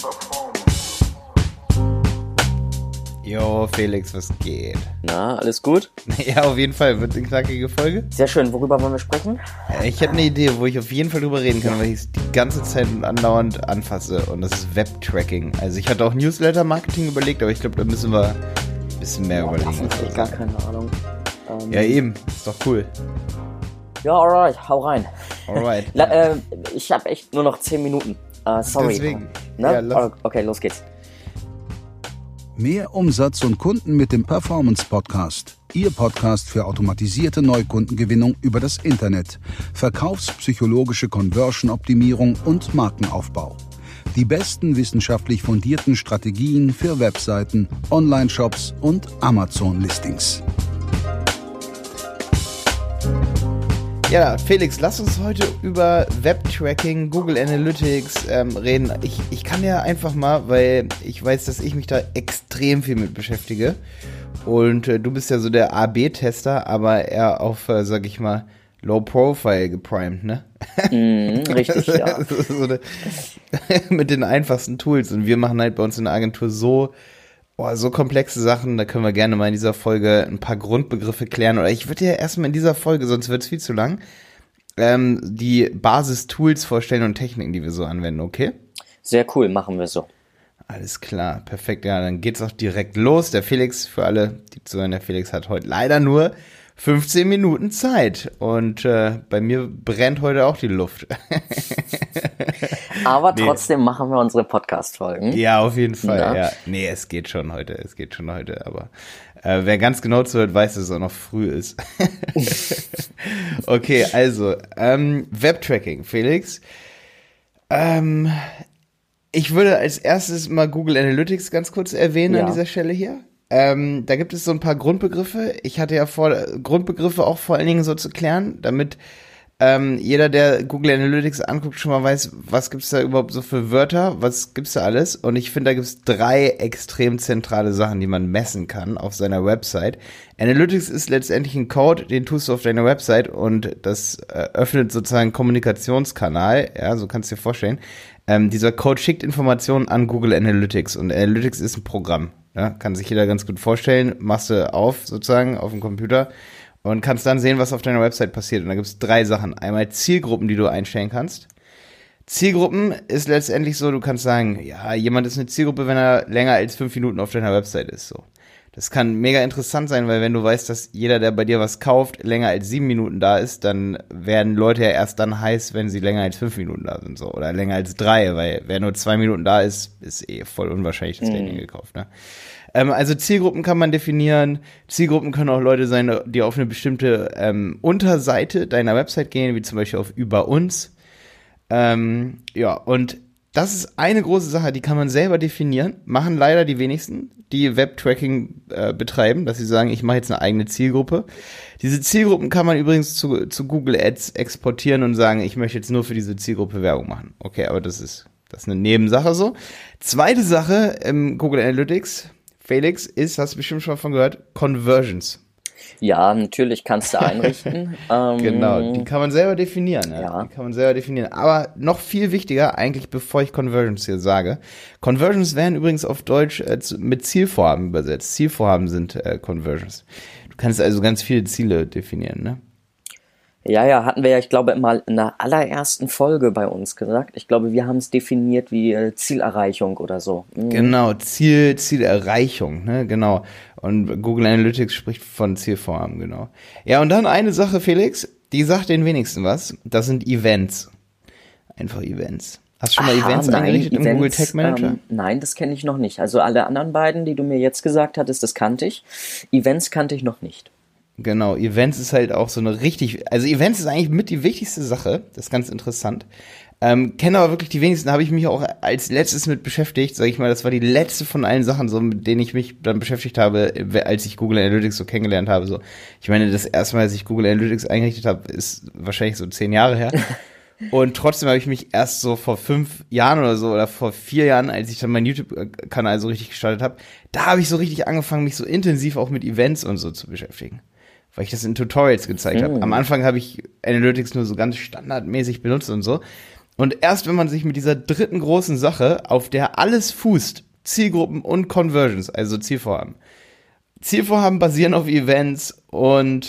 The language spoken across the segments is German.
Jo, Felix, was geht? Na, alles gut? Ja, auf jeden Fall. Wird eine knackige Folge. Sehr schön. Worüber wollen wir sprechen? Ich hätte eine Idee, wo ich auf jeden Fall drüber reden kann, weil ich es die ganze Zeit und andauernd anfasse. Und das ist Webtracking. Also ich hatte auch Newsletter-Marketing überlegt, aber ich glaube, da müssen wir ein bisschen mehr überlegen. Davon habe ich gar keine Ahnung. Ja, eben. Ist doch cool. Ja, alright. Hau rein. Alright. Ich habe echt nur noch 10 Minuten. Sorry. Deswegen. Ne? Ja, okay, los geht's. Mehr Umsatz und Kunden mit dem Performance Podcast. Ihr Podcast für automatisierte Neukundengewinnung über das Internet, verkaufspsychologische Conversion-Optimierung und Markenaufbau. Die besten wissenschaftlich fundierten Strategien für Webseiten, Online-Shops und Amazon-Listings. Ja, Felix, lass uns heute über Webtracking, Google Analytics reden. Ich kann ja einfach mal, weil ich weiß, dass ich mich da extrem viel mit beschäftige. Und du bist ja so der A/B-Tester, aber eher auf, sag ich mal, Low Profile geprimed, ne? Richtig, ja. Mit den einfachsten Tools. Und wir machen halt bei uns in der Agentur so komplexe Sachen, da können wir gerne mal in dieser Folge ein paar Grundbegriffe klären. Oder ich würde ja erstmal in dieser Folge, sonst wird es viel zu lang, die Basis-Tools vorstellen und Techniken, die wir so anwenden, okay? Sehr cool, machen wir so. Alles klar, perfekt. Ja, dann geht's auch direkt los. Der Felix, für alle, die zuhören, der Felix hat heute leider nur 15 Minuten Zeit. Und bei mir brennt heute auch die Luft. Aber trotzdem machen wir unsere Podcast-Folgen. Ja, auf jeden Fall, Na? ja. Nee, es geht schon heute, aber wer ganz genau zuhört, weiß, dass es auch noch früh ist. Okay, also, Webtracking, Felix. Ich würde als erstes mal Google Analytics ganz kurz erwähnen an dieser Stelle hier. Da gibt es so ein paar Grundbegriffe. Ich hatte ja vor, Grundbegriffe auch vor allen Dingen so zu klären, damit jeder, der Google Analytics anguckt, schon mal weiß, was gibt's da überhaupt so für Wörter, was gibt's da alles. Und ich finde, da gibt's 3 extrem zentrale Sachen, die man messen kann auf seiner Website. Analytics ist letztendlich ein Code, den tust du auf deiner Website und das öffnet sozusagen einen Kommunikationskanal, ja, so kannst du dir vorstellen. Dieser Code schickt Informationen an Google Analytics und Analytics ist ein Programm. Ja, kann sich jeder ganz gut vorstellen. Machst du auf, sozusagen, auf dem Computer und kannst dann sehen, was auf deiner Website passiert. Und da gibt es 3 Sachen. Einmal Zielgruppen, die du einstellen kannst. Zielgruppen ist letztendlich so, du kannst sagen, ja, jemand ist eine Zielgruppe, wenn er länger als 5 Minuten auf deiner Website ist. So. Das kann mega interessant sein, weil wenn du weißt, dass jeder, der bei dir was kauft, länger als 7 Minuten da ist, dann werden Leute ja erst dann heiß, wenn sie länger als 5 Minuten da sind. So. Oder länger als 3, weil wer nur 2 Minuten da ist, ist voll unwahrscheinlich, dass der ihn gekauft, ne? Also Zielgruppen kann man definieren. Zielgruppen können auch Leute sein, die auf eine bestimmte Unterseite deiner Website gehen, wie zum Beispiel auf Über uns. Ja, und das ist eine große Sache, die kann man selber definieren. Machen leider die wenigsten, die Webtracking betreiben, dass sie sagen, ich mache jetzt eine eigene Zielgruppe. Diese Zielgruppen kann man übrigens zu Google Ads exportieren und sagen, ich möchte jetzt nur für diese Zielgruppe Werbung machen. Okay, aber das ist eine Nebensache so. Zweite Sache im Google Analytics, Felix, hast du bestimmt schon mal von gehört, Conversions. Ja, natürlich kannst du einrichten. Genau, die kann man selber definieren. Ja. Die kann man selber definieren. Aber noch viel wichtiger, eigentlich bevor ich Conversions hier sage. Conversions werden übrigens auf Deutsch mit Zielvorhaben übersetzt. Zielvorhaben sind Conversions. Du kannst also ganz viele Ziele definieren, ne? Ja, hatten wir ja, ich glaube, mal in der allerersten Folge bei uns gesagt. Ich glaube, wir haben es definiert wie Zielerreichung oder so. Genau, Zielerreichung, ne, genau. Und Google Analytics spricht von Zielvorhaben, genau. Ja, und dann eine Sache, Felix, die sagt den wenigsten was. Das sind Events. Einfach Events. Hast du schon mal Events eingerichtet im Google Tag Manager? Nein, das kenne ich noch nicht. Also alle anderen beiden, die du mir jetzt gesagt hattest, das kannte ich. Events kannte ich noch nicht. Genau, Events ist halt auch so eine Events ist eigentlich mit die wichtigste Sache, das ist ganz interessant. Kenne aber wirklich die wenigsten, habe ich mich auch als letztes mit beschäftigt, sage ich mal, das war die letzte von allen Sachen, so mit denen ich mich dann beschäftigt habe, als ich Google Analytics so kennengelernt habe. So, ich meine, das erste Mal, als ich Google Analytics eingerichtet habe, ist wahrscheinlich so 10 Jahre her. Und trotzdem habe ich mich erst so vor 5 Jahren oder so, oder vor 4 Jahren, als ich dann meinen YouTube-Kanal so richtig gestartet habe, da habe ich so richtig angefangen, mich so intensiv auch mit Events und so zu beschäftigen. Weil ich das in Tutorials gezeigt habe. Am Anfang habe ich Analytics nur so ganz standardmäßig benutzt und so. Und erst wenn man sich mit dieser dritten großen Sache, auf der alles fußt, Zielgruppen und Conversions, also Zielvorhaben basieren auf Events und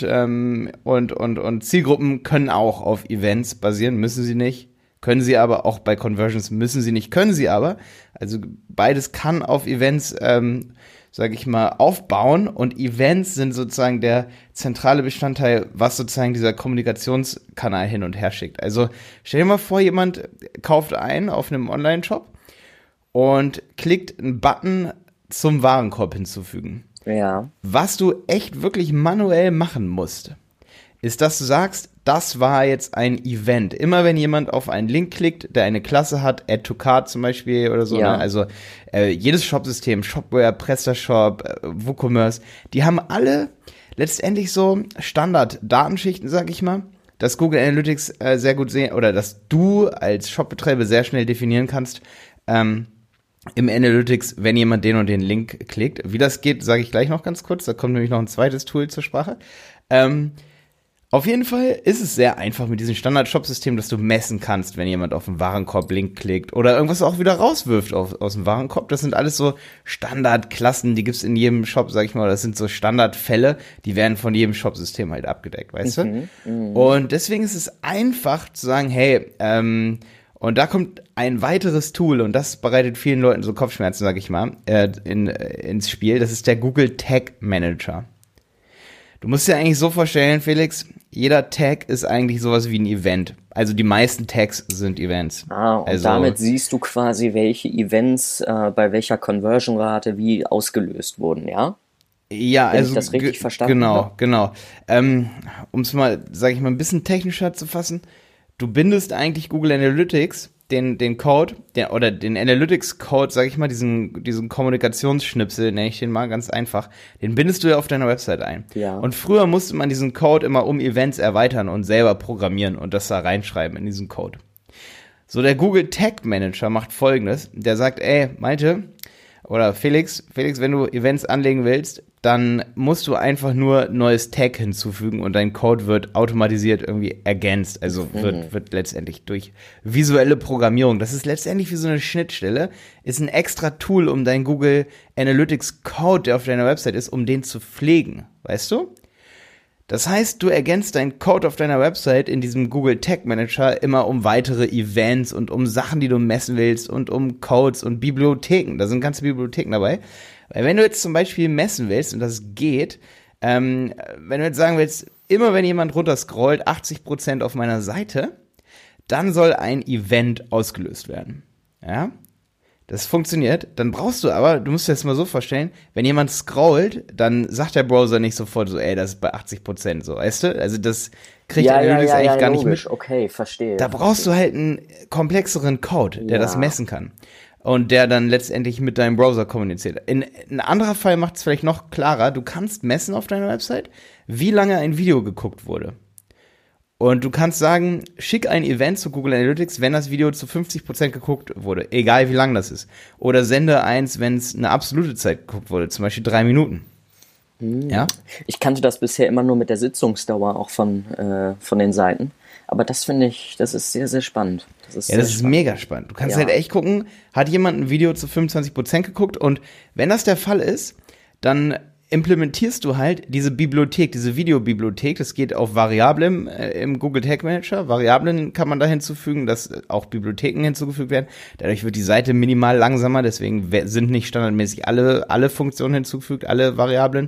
Zielgruppen können auch auf Events basieren, müssen sie nicht. Können sie aber auch bei Conversions, müssen sie nicht, können sie aber. Also beides kann auf Events, sage ich mal, aufbauen. Und Events sind sozusagen der zentrale Bestandteil, was sozusagen dieser Kommunikationskanal hin und her schickt. Also stell dir mal vor, jemand kauft ein auf einem Online-Shop und klickt einen Button zum Warenkorb hinzufügen. Ja. Was du echt wirklich manuell machen musst, ist, dass du sagst, das war jetzt ein Event. Immer wenn jemand auf einen Link klickt, der eine Klasse hat, Add to Cart zum Beispiel oder so, ne? Also jedes Shopsystem, Shopware, PrestaShop, WooCommerce, die haben alle letztendlich so Standard-Datenschichten, sag ich mal, dass Google Analytics sehr gut sehen, oder dass du als Shopbetreiber sehr schnell definieren kannst, im Analytics, wenn jemand den und den Link klickt. Wie das geht, sage ich gleich noch ganz kurz, da kommt nämlich noch ein zweites Tool zur Sprache. Auf jeden Fall ist es sehr einfach mit diesem Standard-Shop-System, dass du messen kannst, wenn jemand auf den Warenkorb-Link klickt oder irgendwas auch wieder rauswirft aus dem Warenkorb. Das sind alles so Standardklassen, die gibt's in jedem Shop, sag ich mal. Das sind so Standardfälle, die werden von jedem Shop-System halt abgedeckt, weißt du? Und deswegen ist es einfach zu sagen, hey, und da kommt ein weiteres Tool und das bereitet vielen Leuten so Kopfschmerzen, sag ich mal, ins Spiel. Das ist der Google Tag Manager. Du musst dir eigentlich so vorstellen, Felix, jeder Tag ist eigentlich sowas wie ein Event. Also die meisten Tags sind Events. Und also, damit siehst du quasi, welche Events bei welcher Conversion-Rate wie ausgelöst wurden, ja? Ja, Wenn also ich das richtig verstanden habe? Genau. Um es mal, sage ich mal, ein bisschen technischer zu fassen, du bindest eigentlich Google Analytics, den Code, den Analytics-Code, sag ich mal, diesen Kommunikationsschnipsel, nenne ich den mal ganz einfach, den bindest du ja auf deiner Website ein. Ja. Und früher musste man diesen Code immer um Events erweitern und selber programmieren und das da reinschreiben in diesen Code. So, der Google Tag Manager macht Folgendes, der sagt, ey, Malte oder Felix, wenn du Events anlegen willst, dann musst du einfach nur neues Tag hinzufügen und dein Code wird automatisiert irgendwie ergänzt. Also wird letztendlich durch visuelle Programmierung. Das ist letztendlich wie so eine Schnittstelle, ist ein extra Tool, um deinen Google Analytics Code, der auf deiner Website ist, um den zu pflegen. Weißt du? Das heißt, du ergänzt deinen Code auf deiner Website in diesem Google Tag Manager immer um weitere Events und um Sachen, die du messen willst und um Codes und Bibliotheken. Da sind ganze Bibliotheken dabei. Weil wenn du jetzt zum Beispiel messen willst, und das geht, wenn du jetzt sagen willst, immer wenn jemand runterscrollt, 80% auf meiner Seite, dann soll ein Event ausgelöst werden. Ja? Das funktioniert, dann brauchst du aber, du musst dir das mal so vorstellen, wenn jemand scrollt, dann sagt der Browser nicht sofort so, ey, das ist bei 80%, so, weißt du? Also das kriegt Analytics eigentlich gar nicht mit. Okay, verstehe. Da brauchst du halt einen komplexeren Code, der das messen kann. Und der dann letztendlich mit deinem Browser kommuniziert. Ein anderer Fall macht es vielleicht noch klarer, du kannst messen auf deiner Website, wie lange ein Video geguckt wurde. Und du kannst sagen, schick ein Event zu Google Analytics, wenn das Video zu 50% geguckt wurde, egal wie lang das ist. Oder sende eins, wenn es eine absolute Zeit geguckt wurde, zum Beispiel 3 Minuten. Ja? Ich kannte das bisher immer nur mit der Sitzungsdauer auch von den Seiten. Aber das finde ich, das ist sehr, sehr spannend. Das ist mega spannend. Du kannst halt echt gucken, hat jemand ein Video zu 25% geguckt? Und wenn das der Fall ist, dann implementierst du halt diese Bibliothek, diese Videobibliothek. Das geht auf Variablen im Google Tag Manager. Variablen kann man da hinzufügen, dass auch Bibliotheken hinzugefügt werden. Dadurch wird die Seite minimal langsamer, deswegen sind nicht standardmäßig alle Funktionen hinzugefügt, alle Variablen.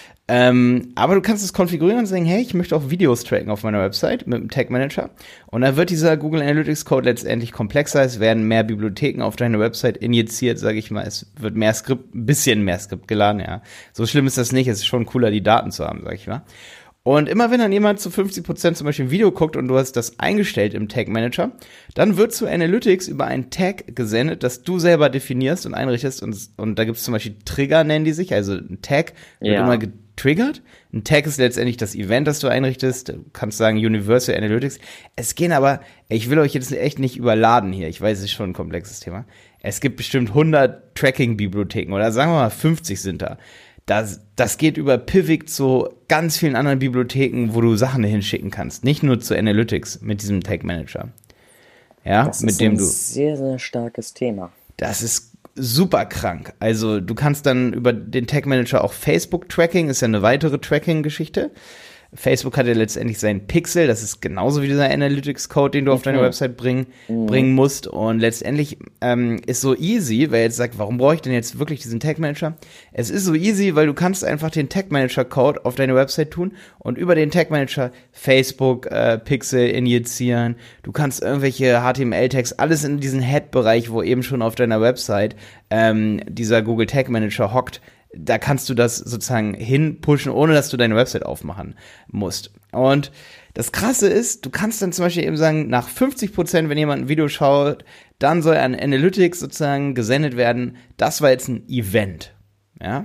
Aber du kannst es konfigurieren und sagen, hey, ich möchte auch Videos tracken auf meiner Website mit dem Tag Manager. Und dann wird dieser Google Analytics Code letztendlich komplexer. Es werden mehr Bibliotheken auf deine Website injiziert, sage ich mal. Es wird ein bisschen mehr Skript geladen, ja. So schlimm ist das nicht. Es ist schon cooler, die Daten zu haben, sage ich mal. Und immer wenn dann jemand zu 50% zum Beispiel ein Video guckt und du hast das eingestellt im Tag Manager, dann wird zu Analytics über einen Tag gesendet, das du selber definierst und einrichtest. Und da gibt es zum Beispiel Trigger, nennen die sich. Also ein Tag wird immer getriggert. Ein Tag ist letztendlich das Event, das du einrichtest. Du kannst sagen Universal Analytics. Es gehen aber, ich will euch jetzt echt nicht überladen hier. Ich weiß, es ist schon ein komplexes Thema. Es gibt bestimmt 100 Tracking-Bibliotheken oder sagen wir mal 50 sind da. Das geht über Pivot zu ganz vielen anderen Bibliotheken, wo du Sachen hinschicken kannst. Nicht nur zu Analytics mit diesem Tag Manager. Ja, das mit ist dem ein du. sehr, sehr starkes Thema. Das ist super krank. Also du kannst dann über den Tag Manager auch Facebook-Tracking, ist ja eine weitere Tracking-Geschichte. Facebook hat ja letztendlich seinen Pixel, das ist genauso wie dieser Analytics-Code, den du auf deine Website bringen musst. Und letztendlich ist so easy, wer jetzt sagt, warum brauche ich denn jetzt wirklich diesen Tag-Manager? Es ist so easy, weil du kannst einfach den Tag-Manager-Code auf deine Website tun und über den Tag-Manager Facebook Pixel injizieren. Du kannst irgendwelche HTML-Tags, alles in diesen Head-Bereich, wo eben schon auf deiner Website dieser Google Tag-Manager hockt, da kannst du das sozusagen hinpushen, ohne dass du deine Website aufmachen musst. Und das Krasse ist, du kannst dann zum Beispiel eben sagen, nach 50%, wenn jemand ein Video schaut, dann soll an Analytics sozusagen gesendet werden, das war jetzt ein Event. Ja?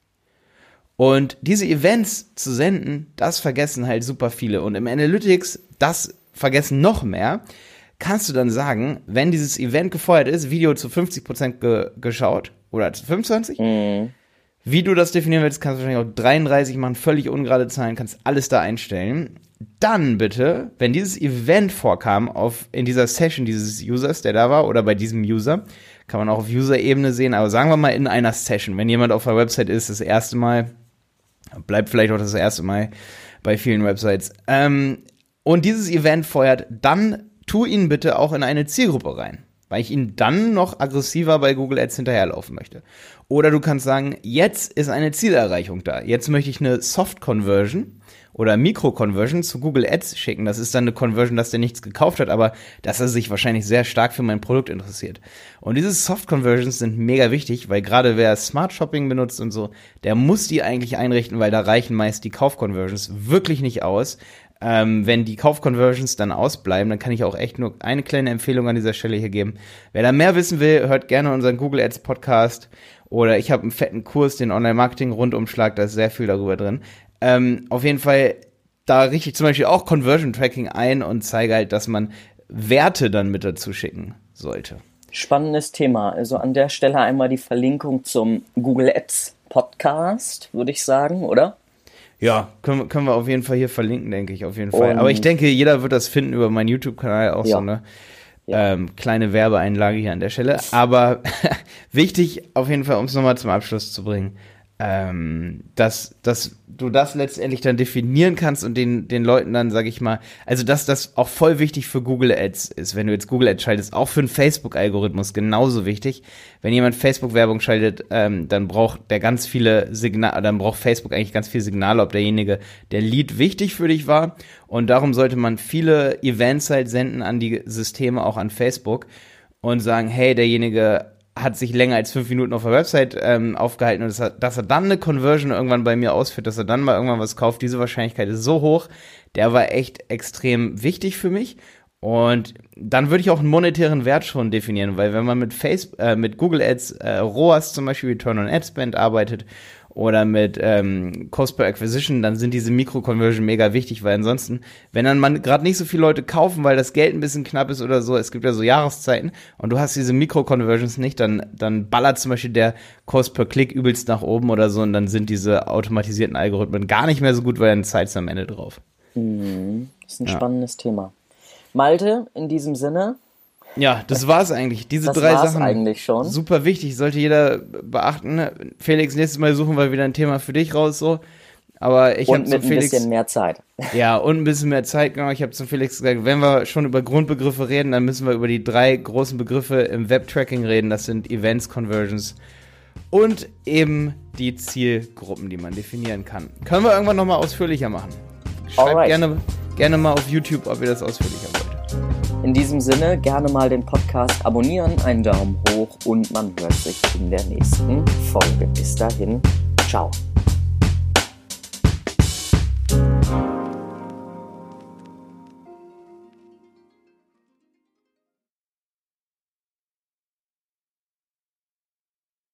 Und diese Events zu senden, das vergessen halt super viele. Und im Analytics, das vergessen noch mehr, kannst du dann sagen, wenn dieses Event gefeuert ist, Video zu 50% geschaut oder zu 25%, wie du das definieren willst, kannst du wahrscheinlich auch 33 machen, völlig ungerade Zahlen, kannst alles da einstellen. Dann bitte, wenn dieses Event vorkam in dieser Session dieses Users, der da war, oder bei diesem User, kann man auch auf User-Ebene sehen, aber sagen wir mal in einer Session, wenn jemand auf der Website ist, das erste Mal, bleibt vielleicht auch das erste Mal bei vielen Websites, und dieses Event feuert, dann tu ihn bitte auch in eine Zielgruppe rein, weil ich ihn dann noch aggressiver bei Google Ads hinterherlaufen möchte. Oder du kannst sagen, jetzt ist eine Zielerreichung da. Jetzt möchte ich eine Soft-Conversion oder Mikro-Conversion zu Google Ads schicken. Das ist dann eine Conversion, dass der nichts gekauft hat, aber dass er sich wahrscheinlich sehr stark für mein Produkt interessiert. Und diese Soft-Conversions sind mega wichtig, weil gerade wer Smart Shopping benutzt und so, der muss die eigentlich einrichten, weil da reichen meist die Kauf-Conversions wirklich nicht aus. Wenn die Kauf-Conversions dann ausbleiben, dann kann ich auch echt nur eine kleine Empfehlung an dieser Stelle hier geben. Wer da mehr wissen will, hört gerne unseren Google Ads Podcast oder ich habe einen fetten Kurs, den Online-Marketing-Rundumschlag, da ist sehr viel darüber drin. Auf jeden Fall, da richte ich zum Beispiel auch Conversion-Tracking ein und zeige halt, dass man Werte dann mit dazu schicken sollte. Spannendes Thema. Also an der Stelle einmal die Verlinkung zum Google Ads Podcast, würde ich sagen, oder? Ja, können wir auf jeden Fall hier verlinken, denke ich, auf jeden Fall. Aber ich denke, jeder wird das finden über meinen YouTube-Kanal, auch so eine kleine Werbeeinlage hier an der Stelle. Aber wichtig, auf jeden Fall, um es nochmal zum Abschluss zu bringen, dass du das letztendlich dann definieren kannst und den Leuten dann, sag ich mal, also dass das auch voll wichtig für Google Ads ist, wenn du jetzt Google Ads schaltest, auch für den Facebook-Algorithmus genauso wichtig. Wenn jemand Facebook-Werbung schaltet, dann braucht der ganz viele Signale, dann braucht Facebook eigentlich ganz viele Signale, ob derjenige, der Lead wichtig für dich war, und darum sollte man viele Events halt senden an die Systeme, auch an Facebook, und sagen, hey, derjenige hat sich länger als 5 Minuten auf der Website aufgehalten und dass er dann eine Conversion irgendwann bei mir ausführt, dass er dann mal irgendwann was kauft, diese Wahrscheinlichkeit ist so hoch, der war echt extrem wichtig für mich. Und dann würde ich auch einen monetären Wert schon definieren, weil wenn man mit Google Ads ROAS zum Beispiel, Return on Ad Spend, arbeitet oder mit Cost per Acquisition, dann sind diese Mikro-Conversion mega wichtig, weil ansonsten, wenn dann man gerade nicht so viele Leute kaufen, weil das Geld ein bisschen knapp ist oder so, es gibt ja so Jahreszeiten und du hast diese Mikro-Conversions nicht, dann ballert zum Beispiel der Cost per Klick übelst nach oben oder so und dann sind diese automatisierten Algorithmen gar nicht mehr so gut, weil dann zeigt's am Ende drauf. Das ist ein spannendes Thema. Malte, in diesem Sinne. Ja, das war's eigentlich. Diese 3 Sachen eigentlich schon. Super wichtig, sollte jeder beachten. Felix, nächstes Mal suchen wir wieder ein Thema für dich raus, so. Aber ich habe zum Felix. Und ein bisschen mehr Zeit. Ja, und ein bisschen mehr Zeit, genau. Ich habe zum Felix gesagt, wenn wir schon über Grundbegriffe reden, dann müssen wir über die 3 großen Begriffe im Web-Tracking reden. Das sind Events, Conversions und eben die Zielgruppen, die man definieren kann. Können wir irgendwann nochmal ausführlicher machen. Schreibt gerne mal auf YouTube, ob ihr das ausführlicher wollt. In diesem Sinne, gerne mal den Podcast abonnieren, einen Daumen hoch und man hört sich in der nächsten Folge. Bis dahin, ciao.